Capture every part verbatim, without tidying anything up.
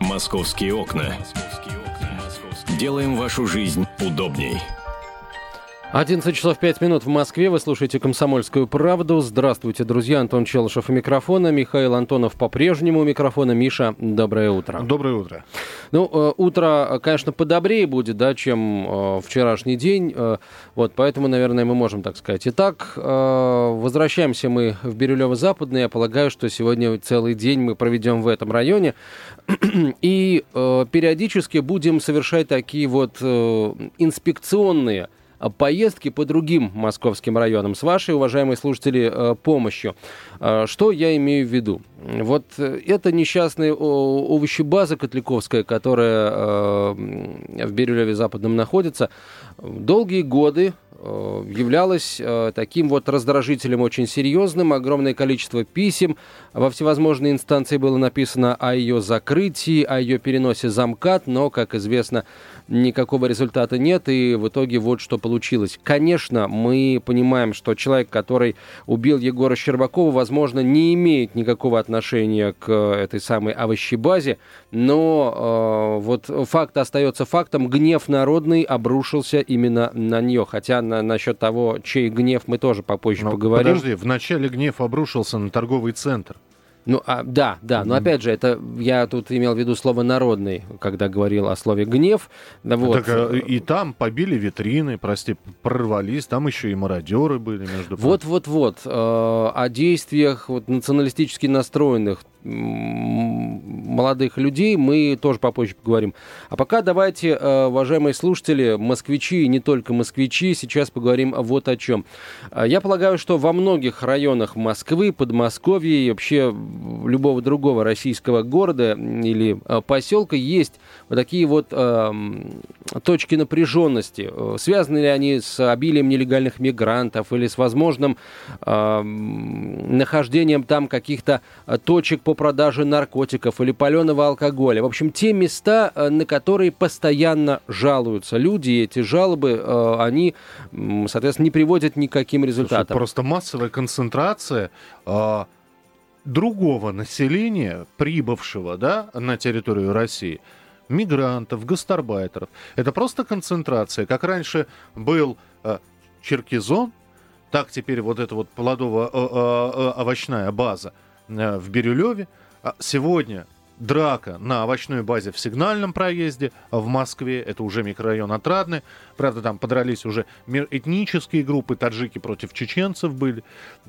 «Московские окна». Делаем вашу жизнь удобней. одиннадцать часов пять минут в Москве. Вы слушаете «Комсомольскую правду». Здравствуйте, друзья. Антон Челышев у микрофона. Михаил Антонов по-прежнему у микрофона. Миша, доброе утро. Доброе утро. Ну, утро, конечно, подобрее будет, да, чем вчерашний день. Вот, поэтому, наверное, мы можем так сказать. Итак, возвращаемся мы в Бирюлево-Западный. Я полагаю, что сегодня целый день мы проведем в этом районе. И периодически будем совершать такие вот инспекционные поездки по другим московским районам с вашей, уважаемые слушатели, помощью. Что я имею в виду? Вот эта несчастная овощебаза Котляковская, которая в Бирюлеве-Западном находится, долгие годы являлась таким вот раздражителем очень серьезным. Огромное количество писем во всевозможные инстанции было написано о ее закрытии, о ее переносе за МКАД, но, как известно, никакого результата нет, и в итоге вот что получилось. Конечно, мы понимаем, что человек, который убил Егора Щербакова, возможно, не имеет никакого отношения к этой самой овощебазе, но э, вот факт остается фактом. Гнев народный обрушился именно на нее, хотя на, насчет того, чей гнев, мы тоже попозже но поговорим. Подожди, вначале гнев обрушился на торговый центр. Ну, а, да, да, но опять же, это я тут имел в виду слово «народный», когда говорил о слове «гнев». Да, вот. Так, и там побили витрины, прости, прорвались, там еще и мародеры были, между прочим. Вот-вот-вот, э, о действиях вот, националистически настроенных молодых людей мы тоже попозже поговорим. А пока давайте, уважаемые слушатели, москвичи и не только москвичи, сейчас поговорим вот о чем. Я полагаю, что во многих районах Москвы, Подмосковья и вообще любого другого российского города или поселка есть вот такие вот э, точки напряженности. Связаны ли они с обилием нелегальных мигрантов или с возможным э, нахождением там каких-то точек по продаже наркотиков или паленого алкоголя. В общем, те места, на которые постоянно жалуются люди, и эти жалобы, они, соответственно, не приводят ни к каким результатам. Слушай, просто массовая концентрация а, другого населения, прибывшего, да, на территорию России, мигрантов, гастарбайтеров. Это просто концентрация. Как раньше был а, Черкизон, так теперь вот эта вот плодово-овощная база в Бирюлеве. Сегодня драка на овощной базе в Сигнальном проезде в Москве. Это уже микрорайон Отрадный. Правда, там подрались уже этнические группы. Таджики против чеченцев были.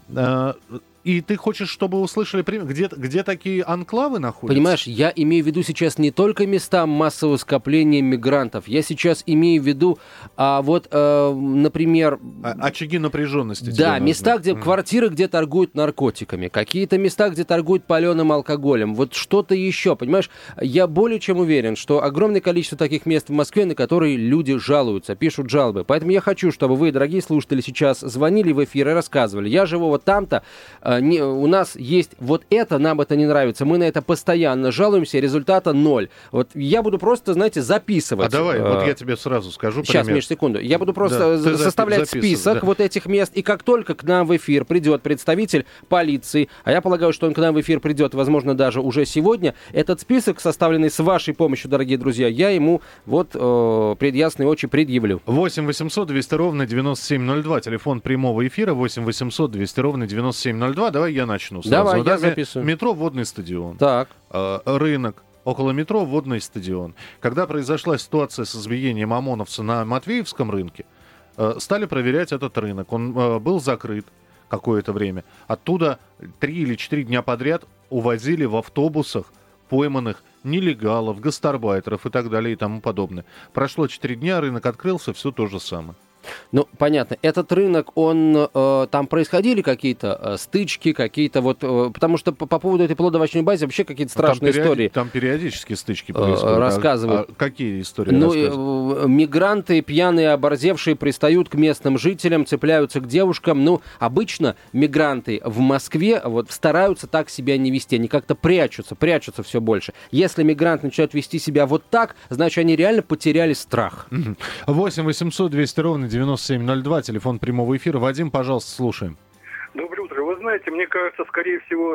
И ты хочешь, чтобы услышали, где, где такие анклавы находятся? Понимаешь, я имею в виду сейчас не только места массового скопления мигрантов. Я сейчас имею в виду, а, вот, э, например... Очаги напряженности. Да, места, где, mm. квартиры, где торгуют наркотиками. Какие-то места, где торгуют паленым алкоголем. Вот что-то еще, понимаешь? Я более чем уверен, что огромное количество таких мест в Москве, на которые люди жалуются, пишут жалобы. Поэтому я хочу, чтобы вы, дорогие слушатели, сейчас звонили в эфир и рассказывали. Я живу вот там-то, Не, у нас есть вот это, нам это не нравится, мы на это постоянно жалуемся, результата ноль. Вот я буду просто, знаете, записывать. А давай, вот я тебе сразу скажу. Сейчас, пример. Миш, секунду. Я буду просто да, составлять список да. вот этих мест, и как только к нам в эфир придет представитель полиции, а я полагаю, что он к нам в эфир придет, возможно, даже уже сегодня, этот список, составленный с вашей помощью, дорогие друзья, я ему вот э, пред ясные очи предъявлю. восемь восемьсот двести ровно девяносто семь ноль два, телефон прямого эфира, восемь восемьсот двести ровно девяносто семь ноль два. Давай я начну сразу. Давай, да, я записываю. Метро, водный стадион. Так. Э, рынок. Около метро водный стадион. Когда произошла ситуация с избиением ОМОНовца на Матвеевском рынке, э, стали проверять этот рынок. Он э, был закрыт какое-то время. Оттуда три или четыре дня подряд увозили в автобусах пойманных нелегалов, гастарбайтеров и так далее и тому подобное. Прошло четыре дня, рынок открылся, все то же самое. Ну, понятно. Этот рынок, он, э, там происходили какие-то э, стычки, какие-то вот... Э, потому что по, по поводу этой плодово-овощной базы вообще какие-то страшные там истории. Там периодически стычки происходят. Э, рассказывают. А, а какие истории ну, рассказывают? Э, мигранты, пьяные, оборзевшие, пристают к местным жителям, цепляются к девушкам. Ну, обычно мигранты в Москве вот стараются так себя не вести. Они как-то прячутся, прячутся все больше. Если мигрант начинает вести себя вот так, значит, они реально потеряли страх. восемь восемьсот двести ровно девяносто семь ноль два, телефон прямого эфира. Вадим, пожалуйста, слушаем. Доброе утро. Вы знаете, мне кажется, скорее всего,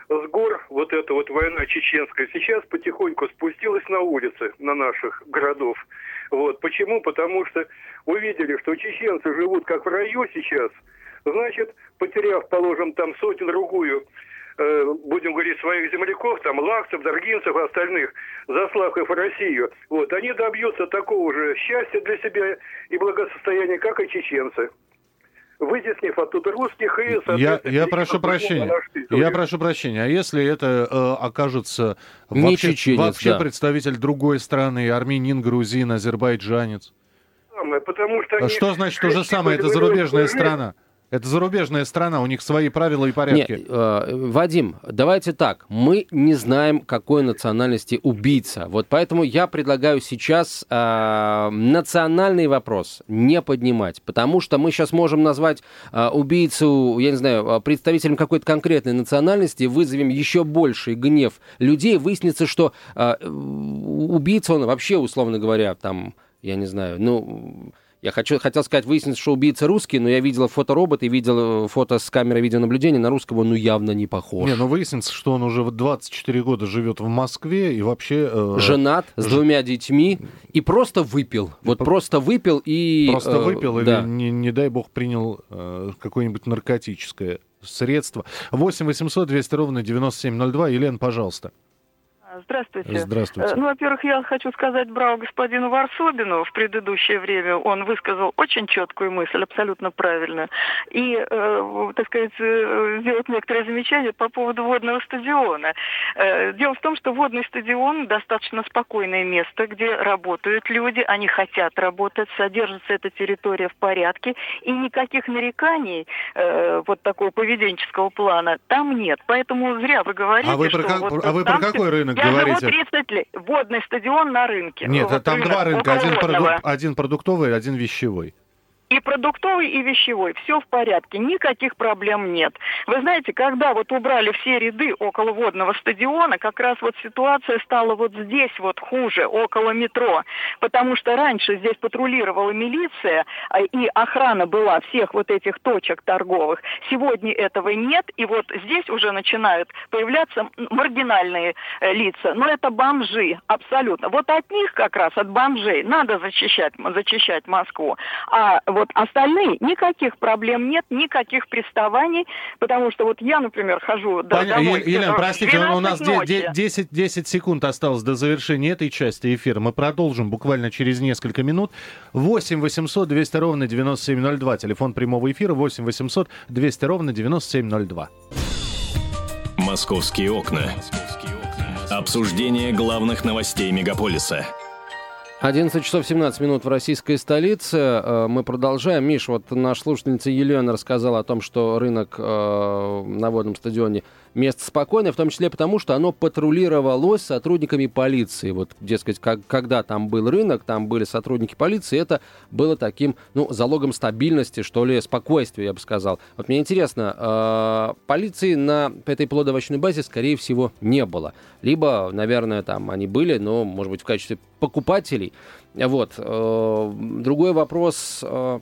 с гор вот эта вот война чеченская сейчас потихоньку спустилась на улицы на наших городов. Вот. Почему? Потому что увидели, что чеченцы живут как в раю сейчас, значит, потеряв, положим, там сотню-другую, э, будем говорить, своих земляков, там, лакцев, даргинцев и остальных, заслав их в Россию, вот, они добьются такого же счастья для себя и благосостояния, как и чеченцы. Вытеснив оттуда русских и, я, я прошу прощения. Я прошу прощения. А если это э, окажется вообще, чеченец, вообще да. представитель другой страны, армянин, грузин, азербайджанец? Потому что они... Что значит то же самое? Это зарубежная страна. Это зарубежная страна, у них свои правила и порядки. Нет, э, Вадим, давайте так. Мы не знаем, какой национальности убийца. Вот поэтому я предлагаю сейчас э, национальный вопрос не поднимать. Потому что мы сейчас можем назвать э, убийцу, я не знаю, представителем какой-то конкретной национальности, вызовем еще больший гнев людей. Выяснится, что э, убийца, он вообще, условно говоря, там, я не знаю, ну... Я хочу, хотел сказать, выяснится, что убийца русский, но я видел фоторобота и видел фото с камеры видеонаблюдения. На русского он ну, явно не похож. Не, ну выяснится, что он уже двадцать четыре года живет в Москве и вообще... Э, женат, с двумя детьми и просто выпил. Вот просто выпил и... Просто э, выпил да. или, не, не дай бог, принял э, какое-нибудь наркотическое средство. восемь восемьсот двести ровно девяносто семь ноль два. Елена, пожалуйста. Здравствуйте. Здравствуйте. Ну, во-первых, я хочу сказать браво господину Варсобину. В предыдущее время он высказал очень четкую мысль, абсолютно правильную. И, э, так сказать, сделать некоторые замечания по поводу водного стадиона. Э, дело в том, что водный стадион достаточно спокойное место, где работают люди, они хотят работать, содержится эта территория в порядке, и никаких нареканий э, вот такого поведенческого плана там нет. Поэтому зря вы говорите, а вы что... Про, как, вот а вы про какой рынок я говорите? живу тридцать лет. Водный стадион на рынке. Нет, вот там рынок, два рынка. Один, околоводного. проду... один продуктовый, один вещевой. И продуктовый, и вещевой. Все в порядке. Никаких проблем нет. Вы знаете, когда вот убрали все ряды около водного стадиона, как раз вот ситуация стала вот здесь вот хуже, около метро. Потому что раньше здесь патрулировала милиция, и охрана была всех вот этих точек торговых. Сегодня этого нет, и вот здесь уже начинают появляться маргинальные лица. Но это бомжи, абсолютно. Вот от них как раз, от бомжей, надо зачищать, зачищать Москву. А вот остальные, никаких проблем нет, никаких приставаний, потому что вот я, например, хожу Пон... домой. Елена, простите, у нас ночи. десять, десять секунд осталось до завершения этой части эфира. Мы продолжим буквально через несколько минут. восемь восемьсот двести ровно девяносто семь ноль два. Телефон прямого эфира восемь восемьсот двести ровно девяносто семь ноль два. Московские окна. Обсуждение главных новостей мегаполиса. одиннадцать часов семнадцать минут в российской столице. Мы продолжаем. Миш, вот наша слушательница Елена рассказала о том, что рынок э, на водном стадионе место спокойное, в том числе потому, что оно патрулировалось сотрудниками полиции. Вот, дескать, как, когда там был рынок, там были сотрудники полиции, это было таким, ну, залогом стабильности, что ли, спокойствия, я бы сказал. Вот мне интересно, э, полиции на этой плодоовощной базе, скорее всего, не было. Либо, наверное, там они были, но, может быть, в качестве покупателей. Вот. Э, другой вопрос... Э,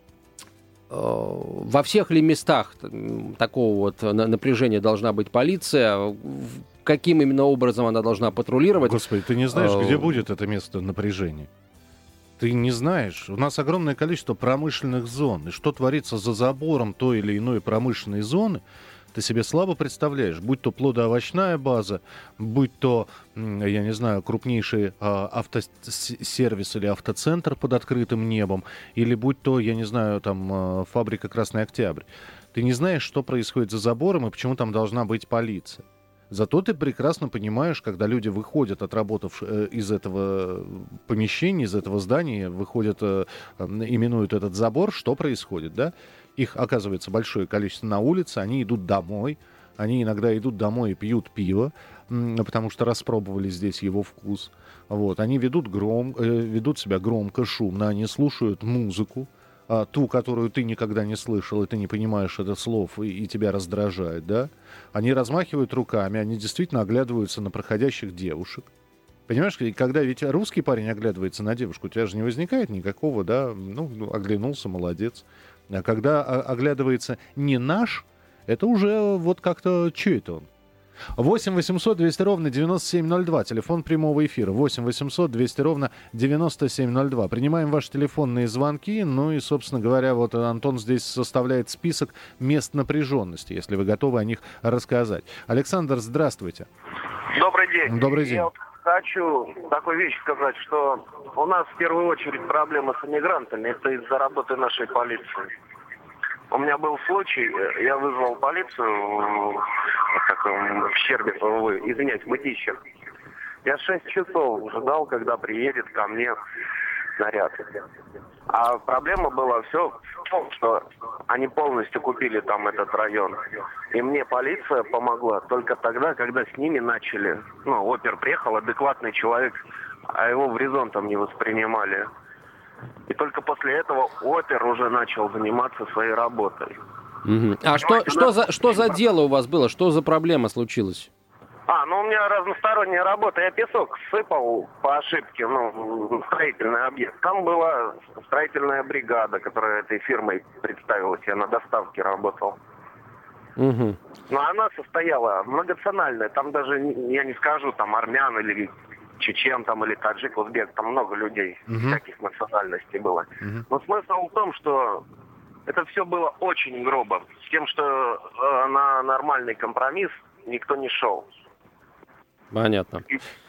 во всех ли местах такого вот напряжения должна быть полиция? Каким именно образом она должна патрулировать? Господи, ты не знаешь, где будет это место напряжения? Ты не знаешь. У нас огромное количество промышленных зон. И что творится за забором той или иной промышленной зоны, ты себе слабо представляешь. Будь то плодоовощная база, будь то, я не знаю, крупнейший а, автосервис или автоцентр под открытым небом, или будь то, я не знаю, там а, фабрика «Красный Октябрь». Ты не знаешь, что происходит за забором и почему там должна быть полиция. Зато ты прекрасно понимаешь, когда люди выходят, отработав э, из этого помещения, из этого здания, выходят, э, именуют этот забор, что происходит, да? Их, оказывается, большое количество на улице, они идут домой, они иногда идут домой и пьют пиво, потому что распробовали здесь его вкус. Вот. Они ведут, гром, э, ведут себя громко, шумно, они слушают музыку, а, ту, которую ты никогда не слышал, и ты не понимаешь это слов, и, и тебя раздражает, да? Они размахивают руками, они действительно оглядываются на проходящих девушек. Понимаешь, когда ведь русский парень оглядывается на девушку, у тебя же не возникает никакого, да, ну, оглянулся, молодец. А когда оглядывается не наш, это уже вот как-то, что это он? восемь восемьсот двести ровно девяносто семь ноль два. Телефон прямого эфира. восемь восемьсот двести ровно девяносто семь ноль два. Принимаем ваши телефонные звонки. Ну и, собственно говоря, вот Антон здесь составляет список мест напряженности, если вы готовы о них рассказать. Александр, здравствуйте. Добрый день. Добрый день. Я вот хочу такую вещь сказать, что у нас в первую очередь проблема с иммигрантами. Это из-за работы нашей полиции. У меня был случай, я вызвал полицию в, таком, в Щербе, извиняюсь, в Мытищах. Я шесть часов ждал, когда приедет ко мне наряд. А проблема была все в том, что они полностью купили там этот район. И мне полиция помогла только тогда, когда с ними начали. Ну, опер приехал, адекватный человек, а его в резон там не воспринимали. И только после этого опер уже начал заниматься своей работой. Угу. А что, что, за, что за дело у вас было? Что за проблема случилась? А, ну у меня разносторонняя работа. Я песок сыпал по ошибке, ну, строительный объект. Там была строительная бригада, которая этой фирмой представилась. Я на доставке работал. Угу. Но она состояла многонациональная. Там даже, я не скажу, там армян или чечен, там, или таджик, узбек. Там много людей угу. всяких национальностей было. Угу. Но смысл в том, что это все было очень грубо. С тем, что э, на нормальный компромисс никто не шел. Понятно.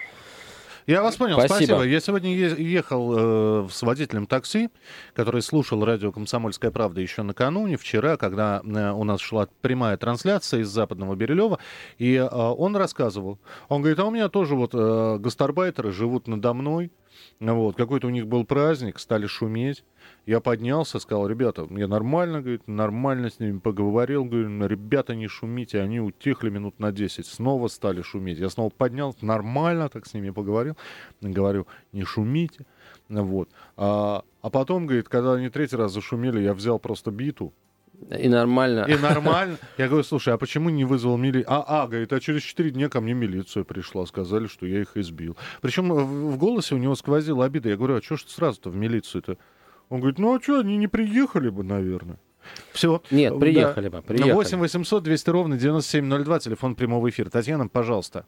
Я вас понял, спасибо. спасибо. Я сегодня ехал э, с водителем такси, который слушал радио «Комсомольская правда» еще накануне, вчера, когда э, у нас шла прямая трансляция из Западного Бирюлева, и э, он рассказывал. Он говорит, а у меня тоже вот э, гастарбайтеры живут надо мной, вот, какой-то у них был праздник, стали шуметь. Я поднялся, сказал, ребята, мне нормально, говорит, нормально с ними поговорил, говорю, ребята, не шумите, они утихли минут на десять, снова стали шуметь. Я снова поднялся, нормально так с ними поговорил, говорю, не шумите, вот. А, а потом, говорит, когда они третий раз зашумели, я взял просто биту. И нормально. И нормально. Я говорю, слушай, а почему не вызвал милицию? А, а, говорит, а через четыре дня ко мне милиция пришла, сказали, что я их избил. Причем в, в голосе у него сквозила обида. Я говорю, а что ж ты сразу-то в милицию-то? Он говорит, ну а что, они не приехали бы, наверное. Все. Нет, приехали да. бы, приехали. восемь восемьсот двести ровно девяносто семь ноль два, телефон прямого эфира. Татьяна, пожалуйста.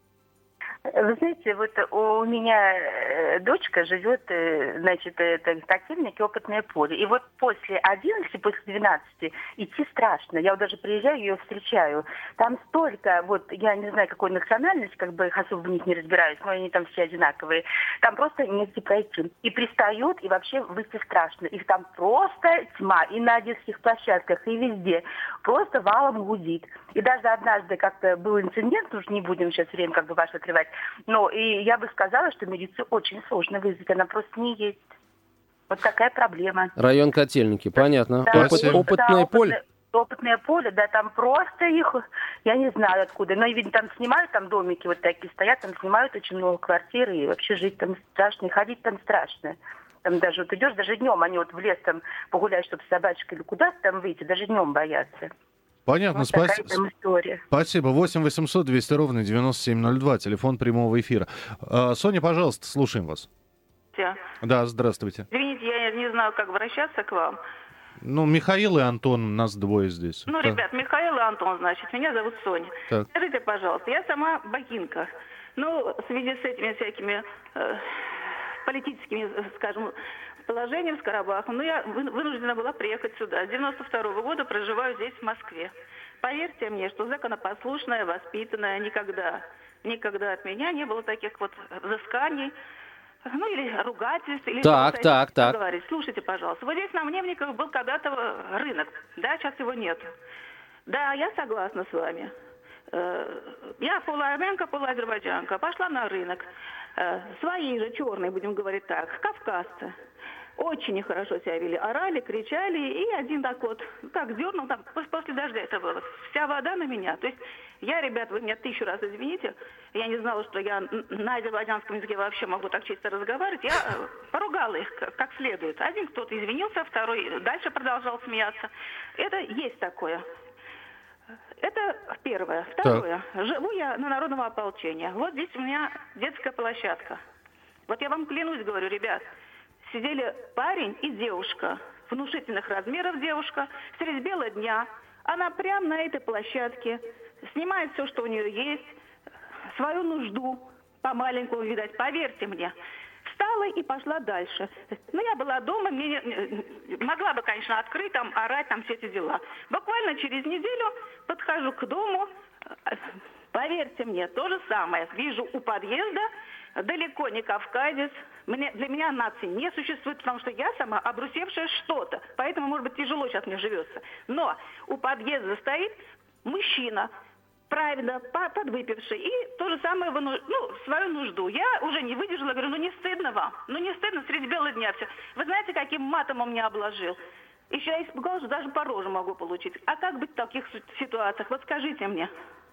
Вы знаете, вот у меня дочка живет, значит, в Котельнике, Опытное поле. И вот после одиннадцати, после двенадцати идти страшно. Я вот даже приезжаю, ее встречаю. Там столько, вот, я не знаю, какой национальность, как бы особо в них не разбираюсь, но они там все одинаковые. Там просто негде пройти. И пристают, и вообще выйти страшно. Их там просто тьма. И на детских площадках, и везде. Просто валом гудит. И даже однажды как-то был инцидент, уж не будем сейчас время как бы ваше открывать, но и я бы сказала, что милицию очень сложно вызвать, она просто не едет. Вот такая проблема. Район Котельники, понятно. Да, Опыт, да, опытное да, поле? Опытное, опытное поле, да, там просто их, я не знаю откуда, но, видно, там снимают, там домики вот такие стоят, там снимают очень много квартир, и вообще жить там страшно, и ходить там страшно. Там даже вот идешь, даже днем, они вот в лес там погулять, чтобы с собачкой или куда-то там выйти, даже днем боятся. Понятно, вот спасибо. Спасибо. восемь восемьсот двести ровно девяносто семь ноль два, телефон прямого эфира. А, Соня, пожалуйста, слушаем вас. Здравствуйте. Да, здравствуйте. Извините, я не знаю, как обращаться к вам. Ну, Михаил и Антон, нас двое здесь. Ну, да. Ребят, Михаил и Антон, значит, меня зовут Соня. Так. Скажите, пожалуйста, я сама бакинка. Ну, в связи с этими всякими э, политическими, скажем, положением с Карабахом, но я вынуждена была приехать сюда. С девяносто второго года проживаю здесь, в Москве. Поверьте мне, что законопослушная, воспитанная, никогда, никогда от меня не было таких вот взысканий, ну или ругательств, или так, так, так. говорить. Слушайте, пожалуйста, вот здесь на Мневниках был когда-то рынок, да, сейчас его нет. Да, я согласна с вами. Я полуармянка, полуазербайджанка, пошла на рынок. Свои же, черные, будем говорить так, кавказцы. Очень нехорошо себя вели, орали, кричали, и один так вот, как дернул, там, после дождя это было, вся вода на меня. То есть я, ребят, вы меня тысячу раз извините, я не знала, что я на азербайджанском языке вообще могу так чисто разговаривать, я поругала их как следует. Один кто-то извинился, второй дальше продолжал смеяться. Это есть такое. Это первое. Второе. Так. Живу я на народном ополчении. Вот здесь у меня детская площадка. Вот я вам клянусь, говорю, ребят, сидели парень и девушка, внушительных размеров девушка, средь бела дня. Она прямо на этой площадке снимает все, что у нее есть, свою нужду по-маленькому, видать, поверьте мне. Встала и пошла дальше. Ну, я была дома, мне могла бы, конечно, открыть, там, орать, там, все эти дела. Буквально через неделю подхожу к дому, поверьте мне, то же самое. Вижу у подъезда, далеко не кавказец. Мне, для меня нации не существует, потому что я сама обрусевшая что-то. Поэтому, может быть, тяжело сейчас мне живется. Но у подъезда стоит мужчина, правильно, подвыпивший, и то же самое, ну, свою нужду. Я уже не выдержала, говорю, ну не стыдно вам, ну не стыдно среди бела дня все. Вы знаете, каким матом он меня обложил? Еще я испугалась, что даже по роже могу получить. А как быть в таких ситуациях? Вот скажите мне.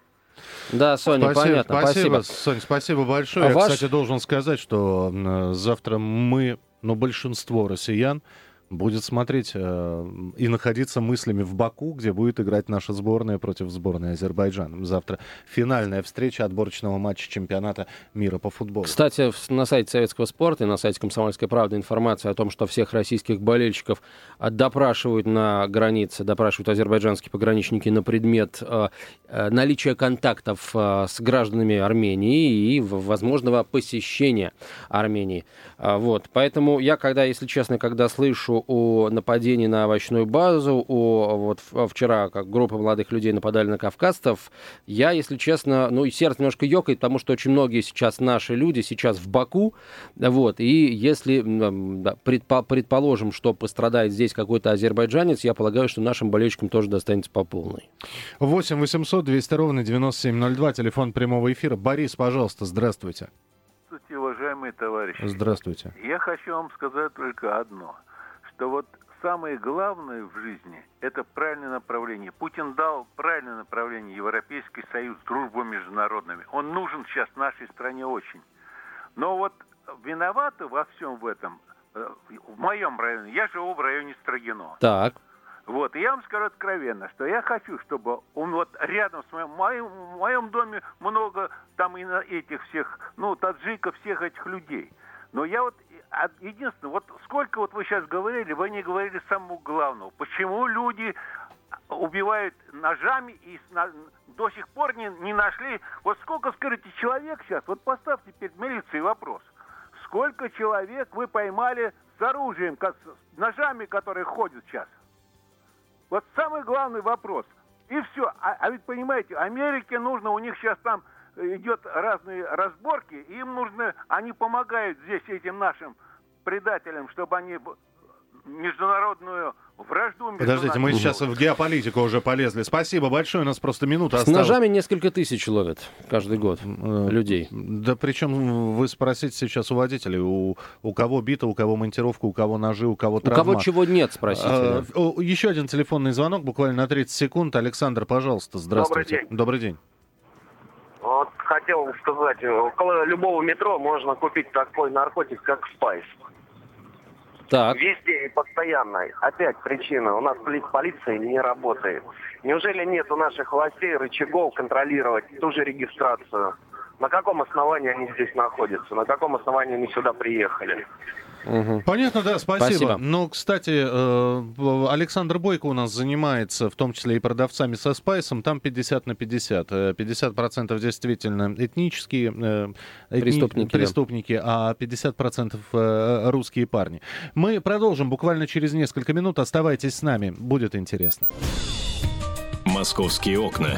Да, Соня, спасибо, понятно, спасибо. спасибо. Соня, спасибо большое. А Я, ваш... кстати, должен сказать, что э, завтра мы, ну, большинство россиян будет смотреть э, и находиться мыслями в Баку, где будет играть наша сборная против сборной Азербайджана. Завтра финальная встреча отборочного матча чемпионата мира по футболу. Кстати, на сайте Советского спорта и на сайте «Комсомольской правды» информация о том, что всех российских болельщиков допрашивают на границе, допрашивают азербайджанские пограничники на предмет э, э, наличия контактов э, с гражданами Армении и возможного посещения Армении. А, вот. Поэтому я, когда, если честно, когда слышу о нападении на овощную базу, о вот вчера, как группа молодых людей нападали на кавказцев, я, если честно, ну и сердце немножко ёкает, потому что очень многие сейчас наши люди сейчас в Баку, вот, и если предпо- предположим, что пострадает здесь какой-то азербайджанец, я полагаю, что нашим болельщикам тоже достанется по полной. восемь восемьсот двести ровно девяносто семь ноль два, телефон прямого эфира. Борис, пожалуйста, здравствуйте. Здравствуйте, уважаемые товарищи. Здравствуйте. Я хочу вам сказать только одно, что вот самое главное в жизни – это правильное направление. Путин дал правильное направление, Европейский Союз, дружбу международными. Он нужен сейчас нашей стране очень. Но вот виноваты во всем в этом, в моем районе, я живу в районе Строгино. Так. Вот, и я вам скажу откровенно, что я хочу, чтобы он вот рядом с моим, моим, в моем доме много там и на этих всех, ну, таджиков, всех этих людей. Но я вот, единственное, вот сколько вот вы сейчас говорили, вы не говорили самого главного. Почему люди убивают ножами и на, до сих пор не, не нашли, вот сколько, скажите, человек сейчас, вот поставьте перед милицией вопрос. Сколько человек вы поймали с оружием, с ножами, которые ходят сейчас? Вот самый главный вопрос. И все. А, а ведь, понимаете, Америке нужно, у них сейчас там идет разные разборки, им нужно, они помогают здесь этим нашим предателям, чтобы они международную вражду... Подождите, мы сейчас в геополитику уже полезли. Спасибо большое, у нас просто минута С осталась. ножами несколько тысяч ловят каждый год людей. Да причем вы спросите сейчас у водителей, у, у кого бита, у кого монтировка, у кого ножи, у кого травма. У кого чего нет, спросите. А, да. Еще один телефонный звонок, буквально на тридцать секунд. Александр, пожалуйста, здравствуйте. Добрый день. Добрый день. Вот хотел сказать, около любого метро можно купить такой наркотик, как спайс. Так. Везде и постоянно. Опять причина. У нас полиция не работает. Неужели нет у наших властей рычагов контролировать ту же регистрацию? На каком основании они здесь находятся? На каком основании они сюда приехали? Угу. Понятно, да, спасибо. Спасибо. Ну, кстати, Александр Бойко у нас занимается, в том числе и продавцами со спайсом, там пятьдесят на пятьдесят. пятьдесят процентов действительно этнические этни... преступники, преступники да. А пятьдесят процентов русские парни. Мы продолжим буквально через несколько минут. Оставайтесь с нами, будет интересно. «Московские окна».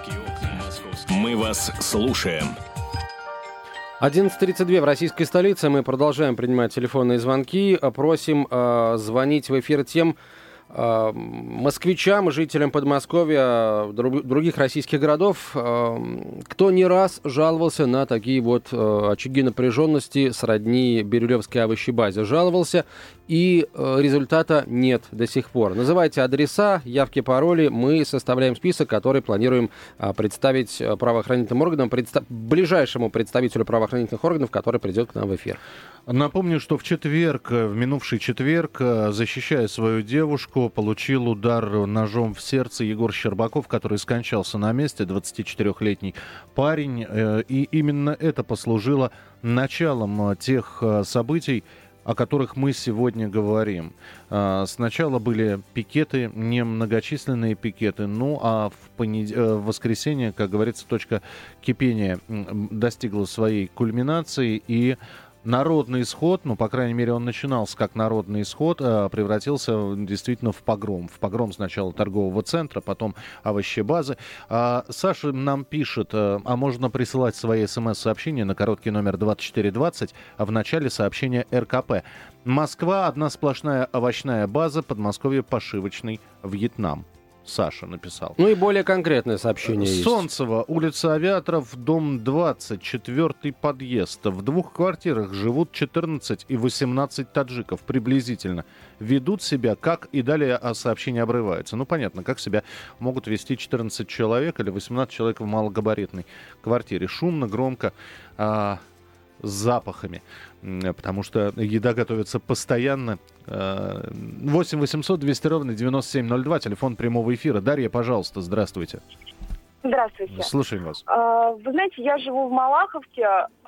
Мы вас слушаем. одиннадцать тридцать два в российской столице. Мы продолжаем принимать телефонные звонки. Просим э, звонить в эфир тем э, москвичам, жителям Подмосковья, друг, других российских городов, э, кто не раз жаловался на такие вот э, очаги напряженности сродни Бирюлевской овощебазе. Жаловался, и э, результата нет до сих пор. Называйте адреса, явки, пароли. Мы составляем список, который планируем э, представить правоохранительным органам, предста- ближайшему представителю правоохранительных органов, который придет к нам в эфир. Напомню, что в четверг, в минувший четверг, защищая свою девушку, получил удар ножом в сердце Егор Щербаков, который скончался на месте, двадцатичетырёхлетний парень. И именно это послужило началом тех событий, о которых мы сегодня говорим. Сначала были пикеты, немногочисленные пикеты, ну а в, понед... в воскресенье, как говорится, точка кипения достигла своей кульминации, и народный исход, ну, по крайней мере, он начинался как народный исход, превратился действительно в погром. В погром сначала торгового центра, потом овощебазы. А Саша нам пишет, а можно присылать свои смс-сообщения на короткий номер двадцать четыре двадцать, а в начале сообщения эр ка пэ. Москва, одна сплошная овощная база, Подмосковье пошивочный, Вьетнам. Саша написал. Ну и более конкретное сообщение есть. Солнцево, улица Авиаторов, дом двадцать, четвертый подъезд. В двух квартирах живут четырнадцать и восемнадцать таджиков приблизительно. Ведут себя как... И далее сообщение обрывается. Ну, понятно, как себя могут вести четырнадцать человек или восемнадцать человек в малогабаритной квартире. Шумно, громко, а, с запахами. Потому что еда готовится постоянно. восемь восемьсот двести ровно девяносто семь ноль два, телефон прямого эфира. Дарья, пожалуйста, здравствуйте. Здравствуйте. Слушаем вас. Вы знаете, я живу в Малаховке.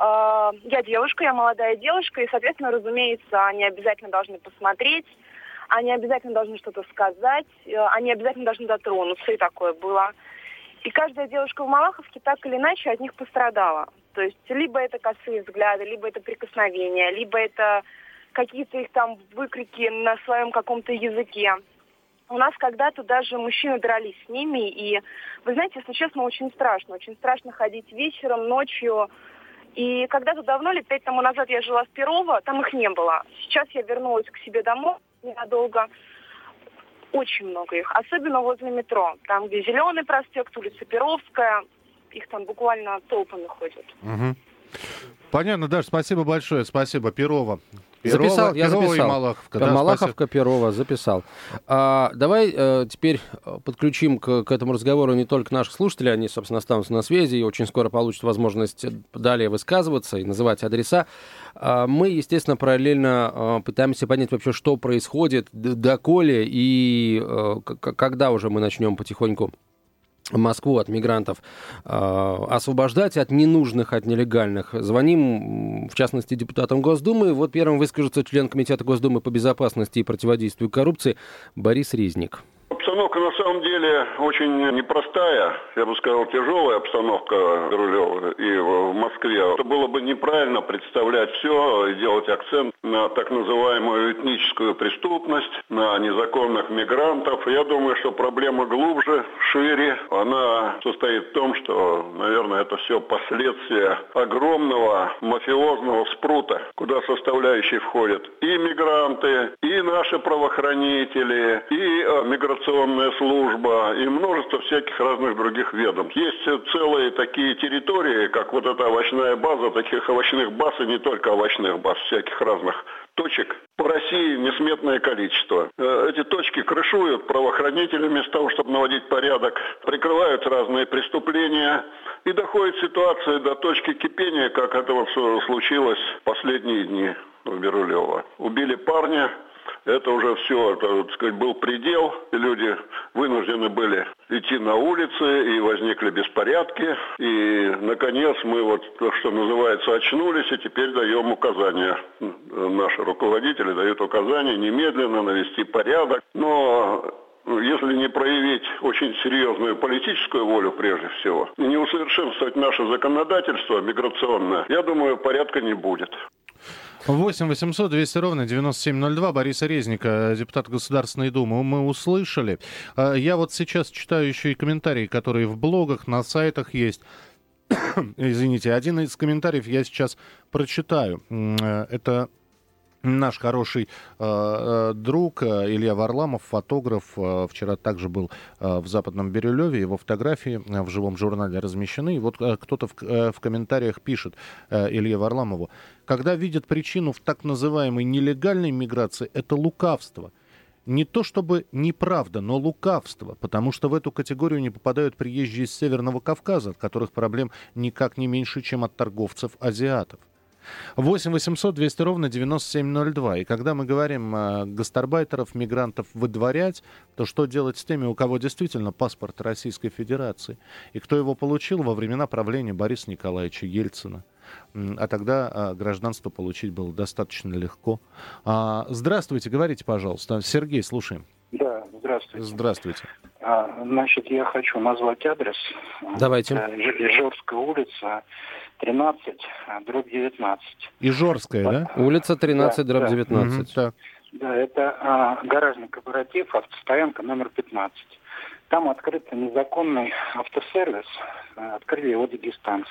Я девушка, я молодая девушка, и, соответственно, разумеется, они обязательно должны посмотреть, они обязательно должны что-то сказать, они обязательно должны дотронуться, и такое было. И каждая девушка в Малаховке так или иначе от них пострадала. То есть либо это косые взгляды, либо это прикосновения, либо это какие-то их там выкрики на своем каком-то языке. У нас когда-то даже мужчины дрались с ними, и, вы знаете, если честно, очень страшно. Очень страшно ходить вечером, ночью. И когда-то давно, лет пять тому назад, я жила в Перово, там их не было. Сейчас я вернулась к себе домой ненадолго. Очень много их, особенно возле метро. Там, где Зеленый проспект, улица Перовская, их там буквально толпами ходят. Угу. Понятно, Даш, спасибо большое, спасибо. Перово. Перово, Записал, я Перово записал. И Малаховка. Да, Малаховка, спасибо. Перово, записал. А, давай а, теперь подключим к, к этому разговору не только наших слушателей, они, собственно, останутся на связи и очень скоро получат возможность далее высказываться и называть адреса. А, мы, естественно, параллельно а, пытаемся понять вообще, что происходит, доколе и а, к- когда уже мы начнем потихоньку Москву от мигрантов э, освобождать от ненужных, от нелегальных. Звоним, в частности, депутатам Госдумы. Вот первым выскажется член Комитета Госдумы по безопасности и противодействию коррупции Борис Резник. Обстановка на самом деле очень непростая, я бы сказал, тяжелая обстановка в Рулево и в Москве. Это было бы неправильно представлять все и делать акцент на так называемую этническую преступность, на незаконных мигрантов. Я думаю, что проблема глубже, шире. Она состоит в том, что, наверное, это все последствия огромного мафиозного спрута, куда составляющие входят и мигранты, и наши правоохранители, и миграционные служба и множество всяких разных других ведомств. Есть целые такие территории, как вот эта овощная база, таких овощных баз и не только овощных баз, всяких разных точек по России несметное количество. Эти точки крышуют правоохранителями с того, чтобы наводить порядок, прикрывают разные преступления, и доходит ситуация до точки кипения, как это вот случилось в последние дни в Бирюлево. Убили парня. Это уже все, это, так сказать, был предел, и люди вынуждены были идти на улицы, и возникли беспорядки. И, наконец, мы вот, что называется, очнулись, и теперь даем указания. Наши руководители дают указания немедленно навести порядок. Но если не проявить очень серьезную политическую волю, прежде всего, и не усовершенствовать наше законодательство миграционное, я думаю, порядка не будет. восемь восемьсот двести ровно девяносто семь ноль два. Бориса Резника, депутат Государственной Думы, мы услышали. Я вот сейчас читаю еще и комментарии, которые в блогах, на сайтах есть. Извините, один из комментариев я сейчас прочитаю. Это наш хороший э, друг Илья Варламов, фотограф, э, вчера также был э, в Западном Бирюлеве, его фотографии э, в живом журнале размещены. И вот э, кто-то в, э, в комментариях пишет э, Илье Варламову: когда видят причину в так называемой нелегальной миграции, это лукавство. Не то чтобы неправда, но лукавство, потому что в эту категорию не попадают приезжие из Северного Кавказа, от которых проблем никак не меньше, чем от торговцев-азиатов. восемь восемьсот двести ровно девяносто семь ноль два. И когда мы говорим э, гастарбайтеров, мигрантов выдворять, то что делать с теми, у кого действительно паспорт Российской Федерации? И кто его получил во времена правления Бориса Николаевича Ельцина? а тогда а, гражданство получить было достаточно легко. А, здравствуйте, говорите, пожалуйста. Сергей, слушаем. Да, здравствуйте. Здравствуйте. А, значит, я хочу назвать адрес. Давайте. Ижорская улица, тринадцать, дробь девятнадцать. Ижорская, да? Улица тринадцать, дробь девятнадцать. Да. Да, это а, гаражный кооператив, автостоянка номер пятнадцать. Там открыт незаконный автосервис, а, открыли его дагестанцы.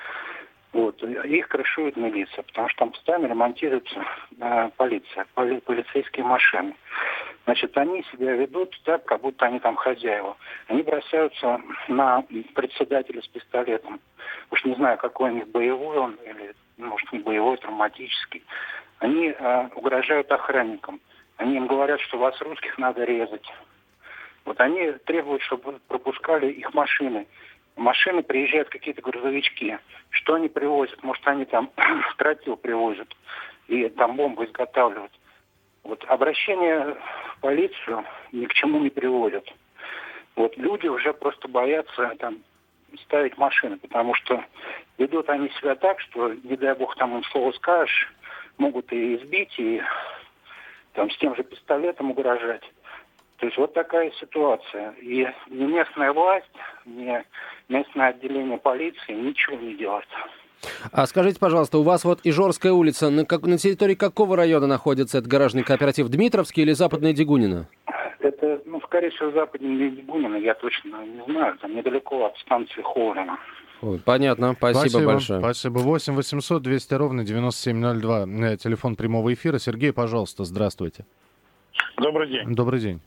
Вот. Их крышует милиция, потому что там постоянно ремонтируется а, полиция, поли, полицейские машины. Значит, они себя ведут так, как будто они там хозяева. Они бросаются на председателя с пистолетом. Уж не знаю, какой у них боевой он, или, может, не боевой, травматический. Они э, угрожают охранникам. Они им говорят, что вас, русских, надо резать. Вот они требуют, чтобы пропускали их машины. Машины приезжают какие-то грузовички. Что они привозят? Может, они там тротил привозят и там бомбу изготавливают. Вот обращение в полицию ни к чему не приводит. Вот люди уже просто боятся там ставить машины, потому что ведут они себя так, что, не дай бог, там им слово скажешь, могут и избить, и там с тем же пистолетом угрожать. То есть вот такая ситуация. И ни местная власть, ни местное отделение полиции ничего не делает. А скажите, пожалуйста, у вас вот Ижорская улица, на, как, на территории какого района находится этот гаражный кооператив? Дмитровский или Западная Дегунина? Это, ну, скорее всего, Западная Дегунина, я точно не знаю, там недалеко от станции Холлина. Ой, понятно, спасибо, спасибо большое. Спасибо. восемь восемьсот двести ровно девяносто семь ноль два. Телефон прямого эфира. Сергей, пожалуйста, здравствуйте. Добрый день. Добрый день.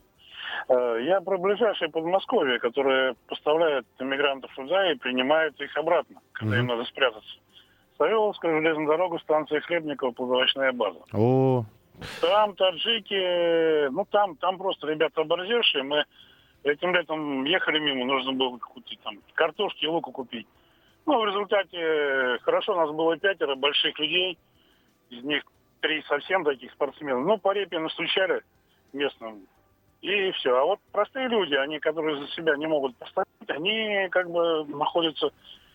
Я про ближайшее Подмосковье, которое поставляет иммигрантов туда и принимает их обратно, когда mm-hmm. им надо спрятаться. Савеловская железная дорога, станция Хлебникова, плодовочная база. О. Там таджики, ну там, там просто ребята оборзевшие. Мы этим летом ехали мимо, нужно было какую-то там картошки и луку купить. Ну, в результате хорошо, у нас было пятеро больших людей, из них три совсем таких спортсменов. Ну, по репе настучали местным. И все. А вот простые люди, они, которые за себя не могут постоять, они как бы находятся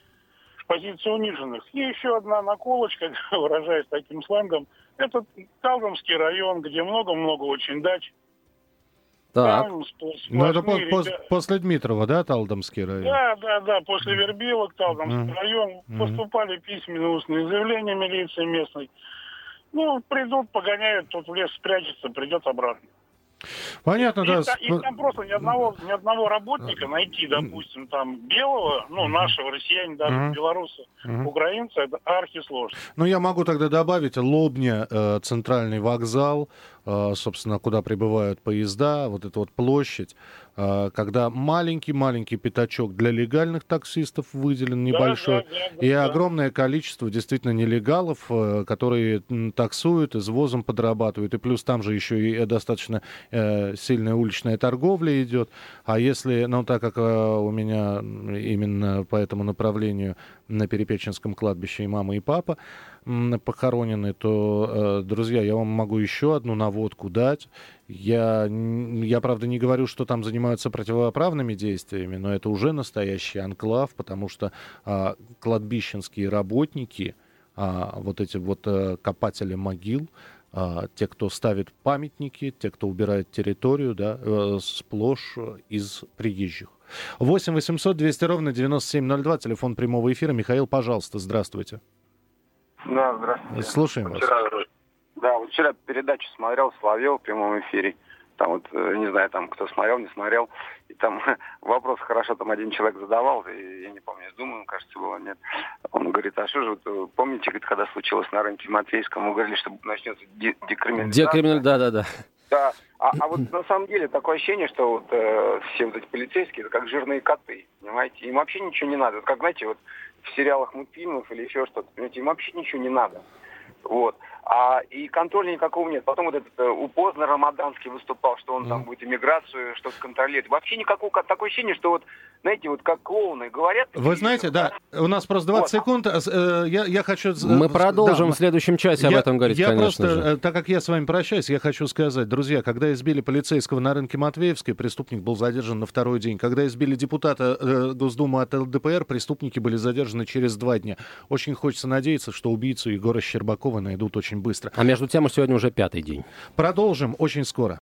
в позиции униженных. И еще одна наколочка, выражаясь таким сленгом, это Талдомский район, где много-много очень дач. Так. Там ну, это по- по- после Дмитрова, да, Талдомский район? Да, да, да. После Вербилок, Талдомский mm-hmm. район. Mm-hmm. Поступали письменные устные заявления милиции местной. Ну, придут, погоняют, тут в лес спрячется, придет обратно. Понятно, и, да. И, и там просто ни одного, ни одного работника найти, допустим, там белого, ну, нашего, россиянина, даже uh-huh. белоруса, uh-huh. украинца, это архисложно. Ну, я могу тогда добавить Лобня, э, центральный вокзал, э, собственно, куда прибывают поезда, вот эта вот площадь, э, когда маленький-маленький пятачок для легальных таксистов выделен, небольшой, да, да, да, и да. огромное количество действительно нелегалов, э, которые м, таксуют, извозом подрабатывают, и плюс там же еще и достаточно э, сильная уличная торговля идет. А если, ну, так как э, у меня именно по этому направлению на Перепеченском кладбище и мама, и папа м, похоронены, то, э, друзья, я вам могу еще одну наводку дать. Я, я, правда, не говорю, что там занимаются противоправными действиями, но это уже настоящий анклав, потому что э, кладбищенские работники, э, вот эти вот э, копатели могил, э, те, кто ставит памятники, те, кто убирает территорию, да, э, сплошь из приезжих. восемь восемьсот двести ровно девяносто семь ноль два, телефон прямого эфира. Михаил, пожалуйста, здравствуйте. Да, здравствуйте. Слушаем вас. Вчера, да, вот вчера передачу смотрел, Соловьев в прямом эфире. Там вот, не знаю, там кто смотрел, не смотрел. И там вопрос хорошо там один человек задавал, и, я не помню, думаю, кажется, было, нет. Он говорит, а что же, вот, помните, говорит, когда случилось на рынке Матвейском, мы говорили, что начнется декриминализация. Декриминализация, да-да-да. Да, а, а вот на самом деле такое ощущение, что вот э, все вот эти полицейские, это как жирные коты, понимаете, им вообще ничего не надо. Вот как, знаете, вот в сериалах, мультфильмах или еще что-то, понимаете, им вообще ничего не надо. Вот. А, и контроля никакого нет. Потом вот этот э, у Познера Рамаданский выступал, что он mm. там будет иммиграцию, что-то контролирует. Вообще никакого, такое ощущение, что вот, знаете, вот как клоуны говорят. Вы знаете, да, у нас просто двадцать вот. секунд. Э, я, я хочу... Мы продолжим да, в следующем часе я, об этом говорить, я конечно просто, же. Так как я с вами прощаюсь, я хочу сказать, друзья, когда избили полицейского на рынке Матвеевской, преступник был задержан на второй день. Когда избили депутата э, Госдумы от эл дэ пэ эр, преступники были задержаны через два дня. Очень хочется надеяться, что убийцу Егора Щербакова найдут очень быстро. А между тем, сегодня уже пятый день. Продолжим очень скоро.